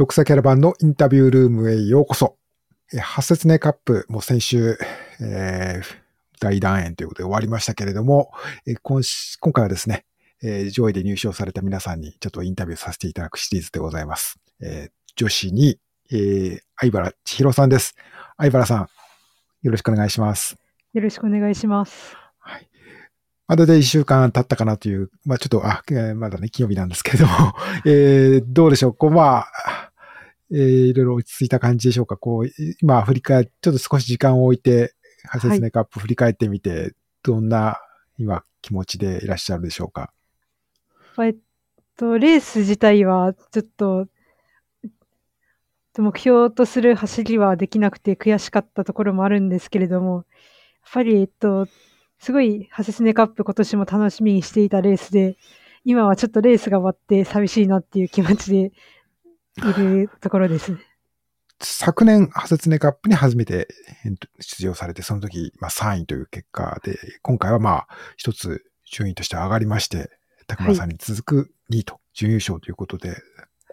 読者キャラバンのインタビュールームへようこそ。ハセツネカップも先週、大団円ということで終わりましたけれども、今回はですね、上位で入賞された皆さんにちょっとインタビューさせていただくシリーズでございます。女子に、相原千尋さんです。相原さん、よろしくお願いします。 よろしくお願いします。 はい。まだで1週間経ったかなという、まあちょっと、まだね、金曜日なんですけれども、どうでしょう、いろいろ落ち着いた感じでしょうか。今振り返、ちょっと少し時間を置いて、ハセツネカップ振り返ってみて、どんな今気持ちでいらっしゃるでしょうか。 レース自体はちょっと目標とする走りはできなくて悔しかったところもあるんですけれども、やっぱりすごいハセツネカップ今年も楽しみにしていたレースで、今はちょっとレースが終わって寂しいなっていう気持ちでいるところです。 昨年、ハセツネカップに初めて出場されて、その時、3位という結果で、今回は一つ順位として上がりまして、高村さんに続く2位と準優勝ということで、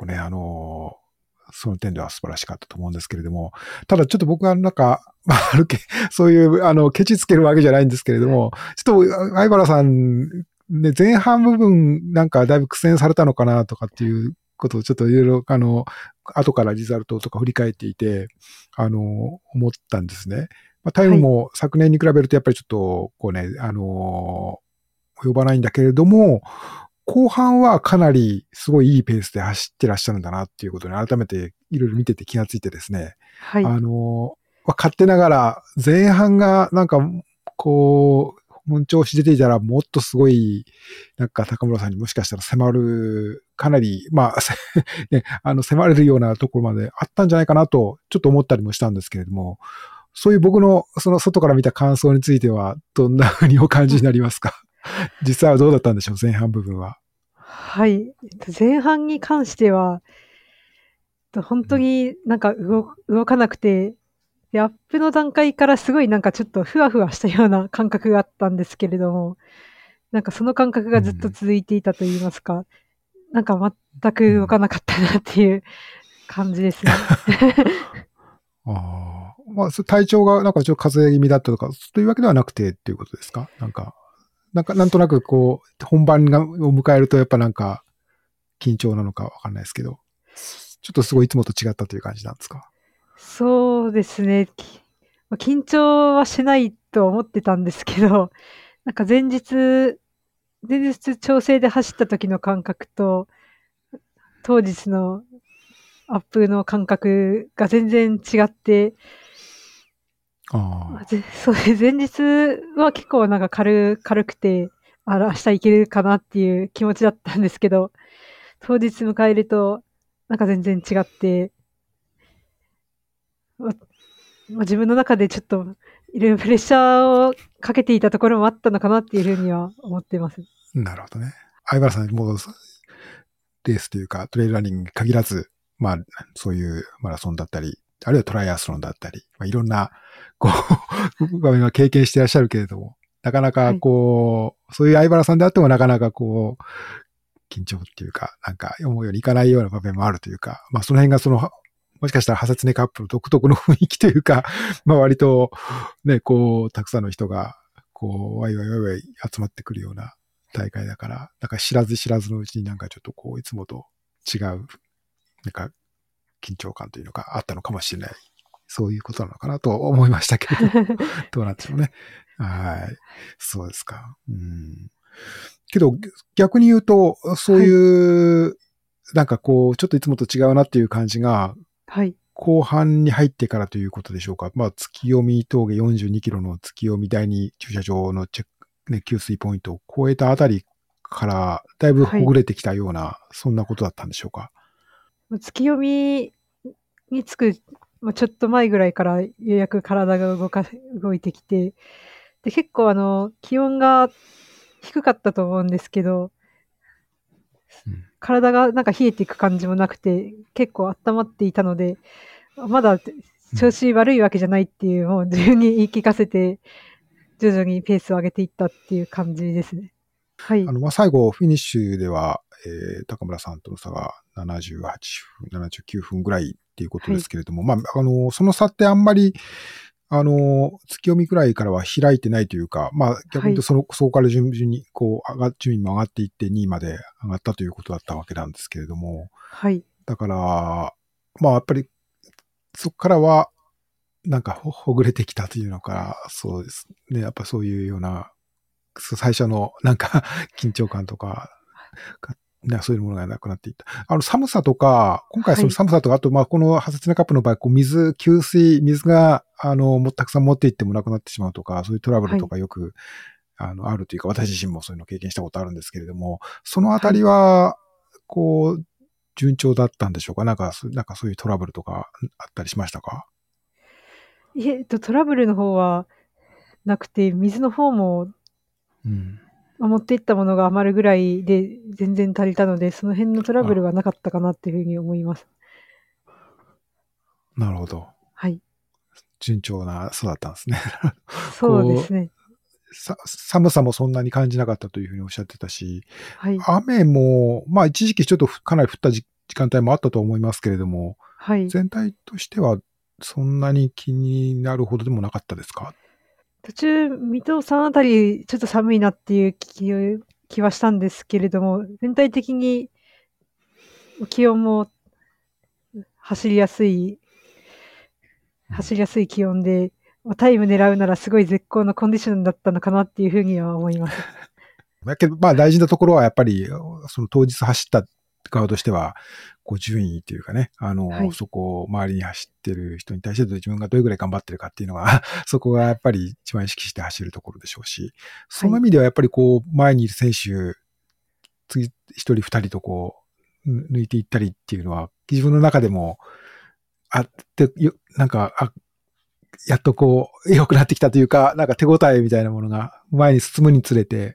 その点では素晴らしかったと思うんですけれども、ただちょっと僕はそういう、ケチつけるわけじゃないんですけれども、ちょっと相原さん、ね、前半部分だいぶ苦戦されたのかなとかっていうことをちょっといろいろ後からリザルトとか振り返っていて、思ったんですね。タイムも昨年に比べるとやっぱりちょっと、及ばないんだけれども、後半はかなりすごいいいペースで走ってらっしゃるんだなっていうことに改めていろいろ見てて気がついてですね。 はい。 勝手ながら前半が本調子出ていたらもっとすごい、高村さんにもしかしたら迫る、かなり、ね、迫れるようなところまであったんじゃないかなと、ちょっと思ったりもしたんですけれども、そういう僕のその外から見た感想については、どんなふうにお感じになりますか？実際はどうだったんでしょう、前半部分は。 はい。前半に関しては、本当に動かなくて、で、アップの段階からすごいちょっとふわふわしたような感覚があったんですけれども、その感覚がずっと続いていたと言いますか、全く動かなかったなっていう感じですね。 体調がちょっと風邪気味だったとか、というわけではなくてっていうことですか？なんとなく本番を迎えるとやっぱ緊張なのかわかんないですけど、ちょっとすごいいつもと違ったという感じなんですか？ そうですね。緊張はしないと思ってたんですけど、前日調整で走った時の感覚と、当日のアップの感覚が全然違って、そうです。前日は結構軽くて、明日行けるかなっていう気持ちだったんですけど、当日迎えると、全然違って、自分の中でちょっといろいろプレッシャーをかけていたところもあったのかなっていうふうには思っています。 なるほどね。相原さん、もうレースというかトレイルランニングに限らず、そういうマラソンだったり、あるいはトライアスロンだったり、いろんな、場面は経験していらっしゃるけれども、なかなかそういう相原さんであってもなかなか緊張っていうか、思うようにいかないような場面もあるというか、その辺がもしかしたらハセツネカップの独特の雰囲気というか、割と、ね、たくさんの人が、ワイワイ集まってくるような大会だから、知らず知らずのうちにちょっといつもと違う、緊張感というのがあったのかもしれない。そういうことなのかなと思いましたけれど、どうなんでしょうね。はい。そうですか。けど、逆に言うと、そういう、ちょっといつもと違うなっていう感じが、後半に入ってからということでしょうか。月読峠42キロの月読第2駐車場の給水ポイントを超えたあたりから、だいぶほぐれてきたような、そんなことだったんでしょうか。 月読みに着く、ちょっと前ぐらいからようやく体が動いてきて、で、結構気温が低かったと思うんですけど、体が冷えていく感じもなくて、結構温まっていたので、まだ調子悪いわけじゃないっていう、もう自分に言い聞かせて、徐々にペースを上げていったっていう感じですね。はい。 最後、フィニッシュでは、 高村さんとの差が78分、79分ぐらいっていうことはい。 ですけれども、まあ、その差ってあんまり、月読みくらいからは開いてないというか、まあ、逆はい。 に言うとそこから順々に、こう、順位も上がっていって2位まで上がったということだったわけなんですけれども、 はい。 だから、まあ、やっぱり、そこからは、なんかほぐれてきたというのか、そうですね。やっぱそういうような、最初のなんか緊張感とか、そういうものがなくなっていった。寒さとか、今回そのはい。 寒さとか、あと、まあ、このハセツネカップの場合、こう、給水、水が、もうたくさん持っていってもなくなってしまうとか、そういうトラブルとはい。 かよく、あるというか、私自身もそういうのを経験したことあるんですけれども、そのあたはい。 りは、こう、順調だったんでしょうか？なんかそういうトラブルとかあったりしましたか？ いえ、トラブルの方はなくて、水の方も、 うん。 持っていったものが余るぐらいで全然足りたので、その辺のトラブルあ、 はなかったかなっていうふうに思います。 なるほど。 はい。 順調な、そうだったんですね。 そうでこすね。 寒さもそんなに感じなかったというふうにおっしゃってたし、 はい。 雨も、まあ一時期ちょっとかなり降った時間帯もあったと思いますけれども、 はい。 全体としてはそんなに気になるほどでもなかったですか？ 途中、水戸さんあたり、ちょっと寒いなっていう気はしたんですけれども、全体的に気温も走りやすいうん。 気温で、タイム狙うならすごい絶好のコンディションだったのかなっていうふうには思います。 だけど、まあ大事なところはやっぱり、その当日走った側としては、こう順位というかね、 はい。 そこを周りに走ってる人に対して自分がどれぐらい頑張ってるかっていうのがそこがやっぱり一番意識して走るところでしょうし、 はい。 その意味ではやっぱりこう、前にいる選手、次、一人二人とこう、抜いていったりっていうのは、自分の中でも、あってなんか、やっとこう、良くなってきたというか、なんか手応えみたいなものが前に進むにつれて、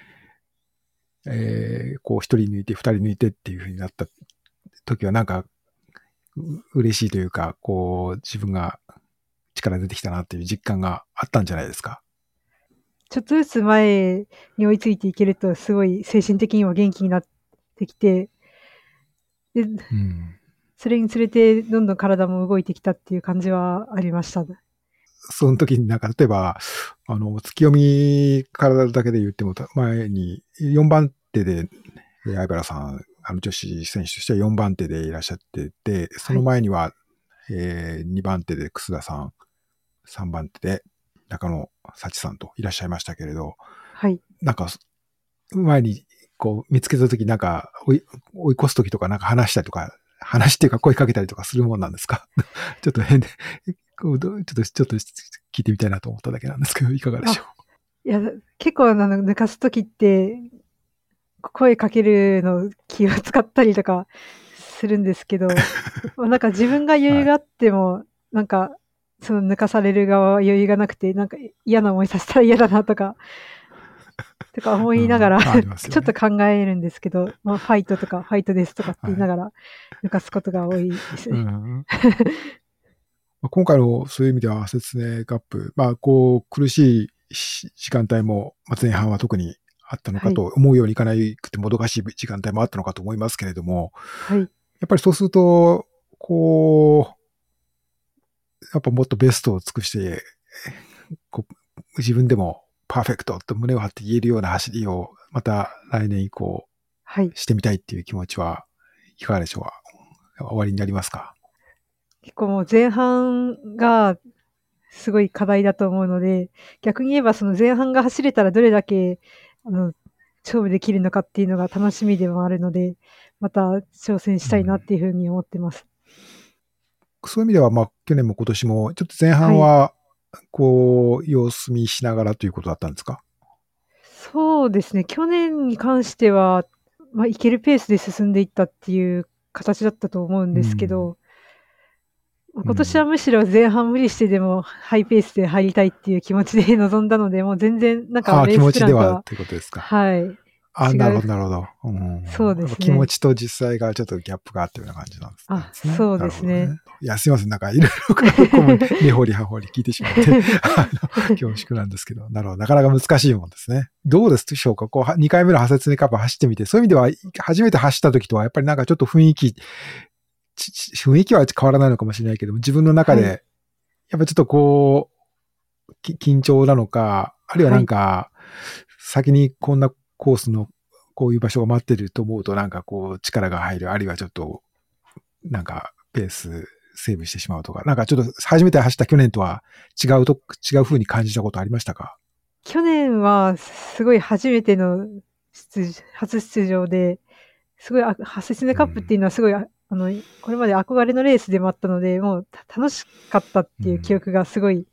こう一人抜いて二人抜いてっていう風になった時はなんか嬉しいというか、こう自分が力出てきたなっていう実感があったんじゃないですか。 ちょっとずつ前に追いついていけると、すごい精神的にも元気になってきて、で、 うん。 それにつれてどんどん体も動いてきたっていう感じはありました。 その時になんか例えば、月読み体だけで言っても、前に4番手で、相原さん、女子選手としては4番手でいらっしゃってて、そのはい。 前には、2番手で楠田さん、3番手で中野幸さんといらっしゃいましたけれど、 はい。 なんか、前にこう見つけた時なんか追い越す時とかなんか話したりとか、話っていうか声かけたりとかするもんなんですか？ちょっと変で、ちょっと聞いてみたいなと思っただけなんですけど、いかがでしょあ、いや、結構抜かすときって、声かけるの気を使ったりとかするんですけど、なんか自分が余う？はい。 裕があっても、なんか、その抜かされる側は余裕がなくて、なんか嫌な思いさせたら嫌だなとか思うん、 いながらありますちょっとよね。 考えるんですけど、まあ、ファイトとか、ファイトですとかってはい。 言いながら抜かすことが多いですね。 うん。今回のそういう意味では、説明カップ、まあ、こう、苦しい時間帯も、まあ、前半は特にあったのはい。 かと、思うようにいかなくてもどかしい時間帯もあったのかと思いますけれども、 はい。 やっぱりそうすると、こう、やっぱもっとベストを尽くして、こう自分でもパーフェクトと胸を張って言えるような走りを、また来年以降はい。 してみたいっていう気持ちはいかがでしょうか？終わりになりますか？ 結構もう前半がすごい課題だと思うので、逆に言えばその前半が走れたらどれだけ、あの、勝負できるのかっていうのが楽しみでもあるので、また挑戦したいなっうん。 ていうふうに思ってます。 そういう意味では、まあ、去年も今年も、ちょっと前はい。 半は、こう、様子見しながらということだったんですか？ そうですね、去年に関しては、まあ、いけるペースで進んでいったっていう形だったと思うんうですけん。 ど、今年はうん。 むしろ前半無理してでもハイペースで入りたいっていう気持ちで臨んだので、もう全然なんかああ、気レース持ちでプランとは、 はということですか。 はい、 ああ、 違う、 なるほど、なるほど。うん。 そうやっぱですね。 気持ちと実際がちょっとギャップがあっていうような感じなんあ、 ですね。 そうなるほどね。 ですね。 いや、すいません。なんか、いろいろこう根掘り葉掘り聞いてしまって、恐縮なんですけど、なるほど。なかなか難しいもんですね。どうですでしょうかこう、2回目の派切ねカップ走ってみて、そういう意味では、初めて走った時とは、やっぱりなんかちょっと雰囲気は変わらないのかもしれないけども、自分の中で、 はい。 やっぱりちょっとこう、緊張なのか、あるいはなんか、先にこんなコースの、こういう場所が待ってると思うと、なんかこう、力が入る、あるいはちょっと、なんか、ペースセーブしてしまうとか、なんかちょっと初めて走った去年とは違う風に感じたことありましたか？ 去年はすごい初めての初出場で、すごい、ハセスネカップっていうのはすごい、これまで憧れのレースでもあったので、もう楽しかったっていう記憶がすごい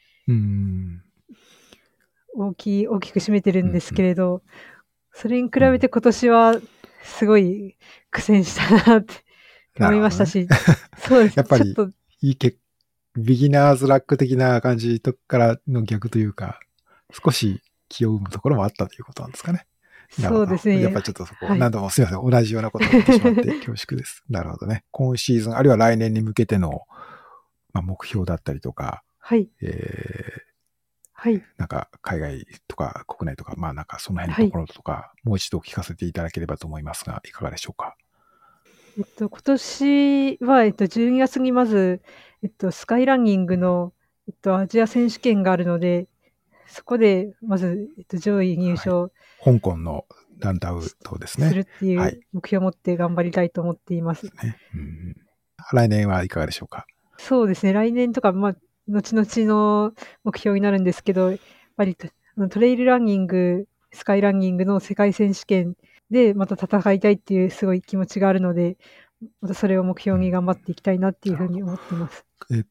大きく占めてるんですけれど、それに比べて今年はすごい苦戦したなって思いましたし、そうです。 やっぱりちょっと、 ビギナーズラック的な感じとからの逆というか、少し気を生むところもあったということなんですかね。なるほど。 そうですね。 やっぱりちょっとそこ、 はい。 何度もすみません。同じようなことを言ってしまって恐縮です。なるほどね。今シーズン、あるいは来年に向けての、目標だったりとか、 はい。はい。 なんか海外とか国内とか、なんかその辺のところとか、もう一度聞かせていただければと思いますが、いかがでしょうか。 今年は、12月にまず、スカイランニングの、アジア選手権があるので、そこで、まず、上位入賞香港のランダウトですね。 するっていう目標を持って頑張りたいと思っています。 来年はいかがでしょうか。 そうですね。来年とか、後々の目標になるんですけど、やっぱりトレイルランニング、スカイランニングの世界選手権でまた戦いたいっていうすごい気持ちがあるので、またそれを目標に頑張っていきたいなっていうふうに思っています。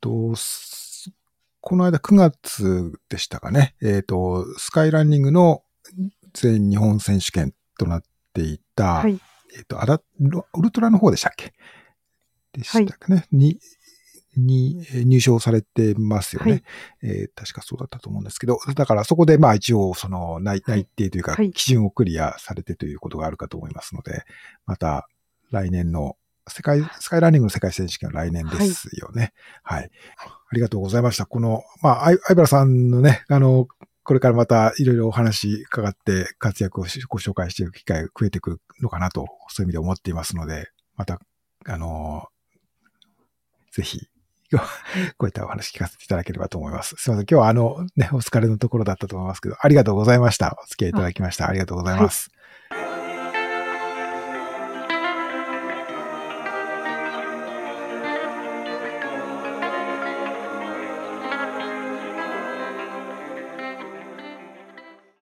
この間9月でしたかね。スカイランニングの全日本選手権となっていた、 はい。 ウルトラの方でしたっけでしたかね。に入賞されてますよね。確かそうだったと思うんですけど、だからそこで一応その内定というか、基準をクリアされてということがあるかと思いますので、また来年のスカイランニングの世界選手権は来年ですよね。はい。ありがとうございました。この、相原さんのね、これからまたいろいろお話伺って活躍をご紹介していく機会が増えてくるのかなと、そういう意味で思っていますので、また、ぜひ、こういったお話聞かせていただければと思います。すいません。今日はお疲れのところだったと思いますけど、ありがとうございました。お付き合いいただきました。ありがとうございます。